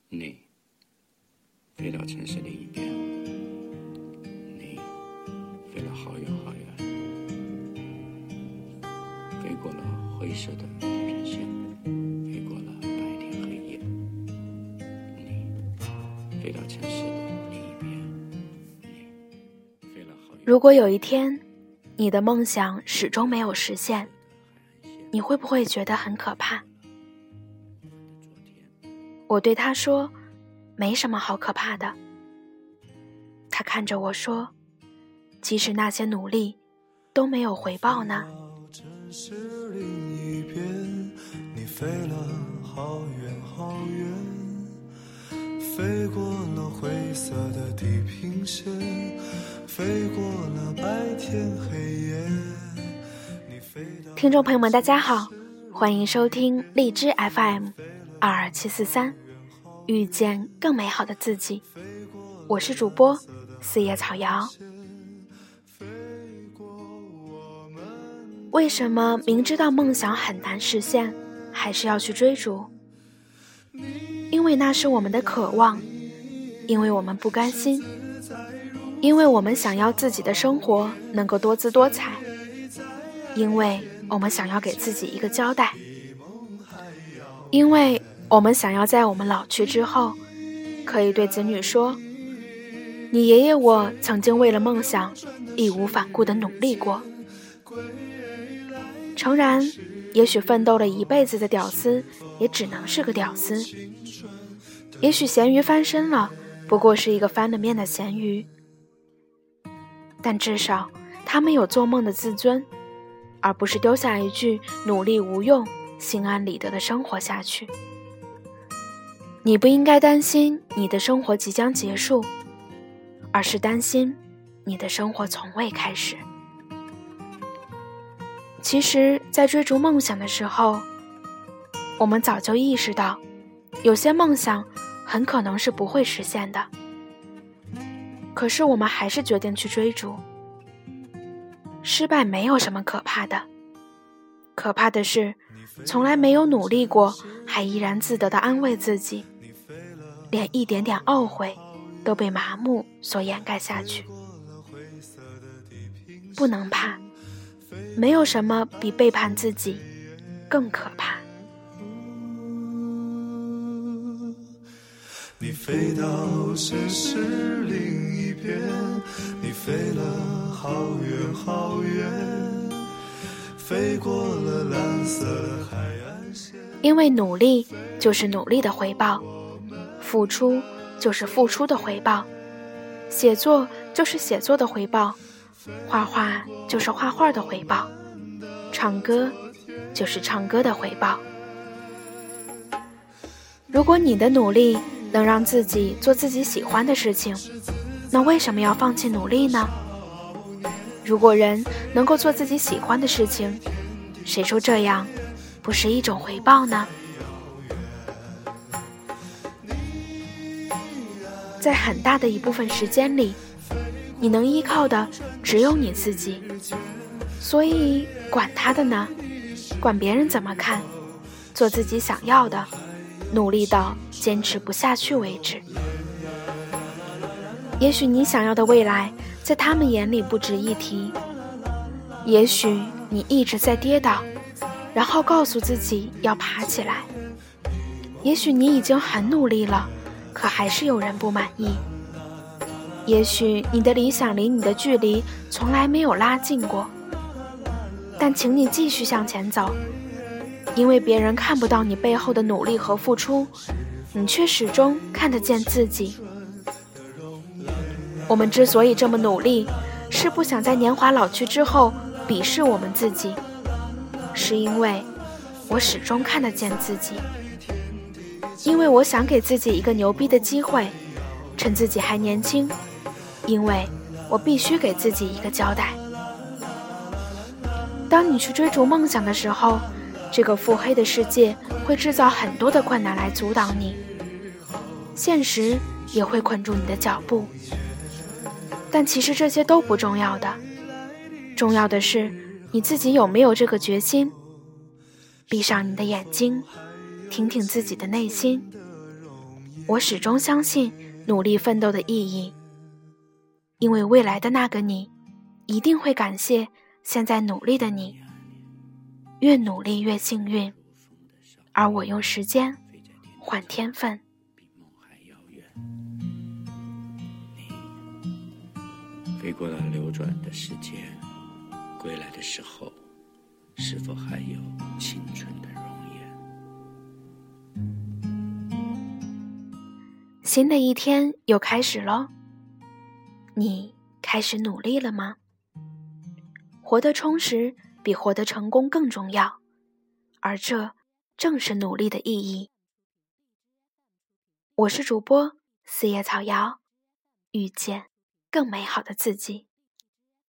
你飞到城市另一边，你飞了好远好远，飞过了灰色的地平线，飞过了白天黑夜。你飞到城市的另一边，你飞了好远。 如果有一天你的梦想始终没有实现，你会不会觉得很可怕？我对他说，没什么好可怕的。他看着我说，即使那些努力都没有回报呢。 城市另一边，你飞了好远好远，飞过了灰色的地平线，飞过了白天黑夜。 听众朋友们大家好，欢迎收听荔枝 FM22743，遇见更美好的自己。我是主播四叶草瑶。为什么明知道梦想很难实现，还是要去追逐？因为那是我们的渴望，因为我们不甘心，因为我们想要自己的生活能够多姿多彩，因为我们想要给自己一个交代，因为我们想要在我们老去之后，可以对子女说，你爷爷我曾经为了梦想义无反顾地努力过。诚然，也许奋斗了一辈子的屌丝也只能是个屌丝，也许咸鱼翻身了，不过是一个翻了面的咸鱼，但至少他们有做梦的自尊，而不是丢下一句努力无用，心安理得的生活下去。你不应该担心你的生活即将结束，而是担心你的生活从未开始。其实在追逐梦想的时候，我们早就意识到，有些梦想很可能是不会实现的，可是我们还是决定去追逐。失败没有什么可怕的，可怕的是从来没有努力过，还怡然自得地安慰自己，连一点点懊悔都被麻木所掩盖下去。不能怕，没有什么比背叛自己更可怕。 你飞到城市另一边，你飞了好远好远，飞过了蓝色海岸线。 因为努力就是努力的回报，付出就是付出的回报，写作就是写作的回报，画画就是画画的回报，唱歌就是唱歌的回报。如果你的努力能让自己做自己喜欢的事情，那为什么要放弃努力呢？如果人能够做自己喜欢的事情，谁说这样不是一种回报呢？在很大的一部分时间里，你能依靠的只有你自己，所以管他的呢，管别人怎么看，做自己想要的，努力到坚持不下去为止。也许你想要的未来在他们眼里不值一提，也许你一直在跌倒，然后告诉自己要爬起来，也许你已经很努力了，可还是有人不满意，也许你的理想离你的距离从来没有拉近过，但请你继续向前走，因为别人看不到你背后的努力和付出，你却始终看得见自己。我们之所以这么努力，是不想在年华老去之后鄙视我们自己，是因为我始终看得见自己，因为我想给自己一个牛逼的机会，趁自己还年轻，因为我必须给自己一个交代。当你去追逐梦想的时候，这个腹黑的世界会制造很多的困难来阻挡你，现实也会困住你的脚步，但其实这些都不重要的，重要的是你自己有没有这个决心。闭上你的眼睛，听听自己的内心， 我始终相信努力奋斗的意义，因为未来的那个你一定会感谢现在努力的你，越努力越幸运，而我用时间换天分。 飞过了流转的时间，归来的时候，是否还有青春的容颜？ 新的一天又开始咯，你开始努力了吗？活得充实比活得成功更重要，而这正是努力的意义。我是主播四叶草瑶，遇见更美好的自己。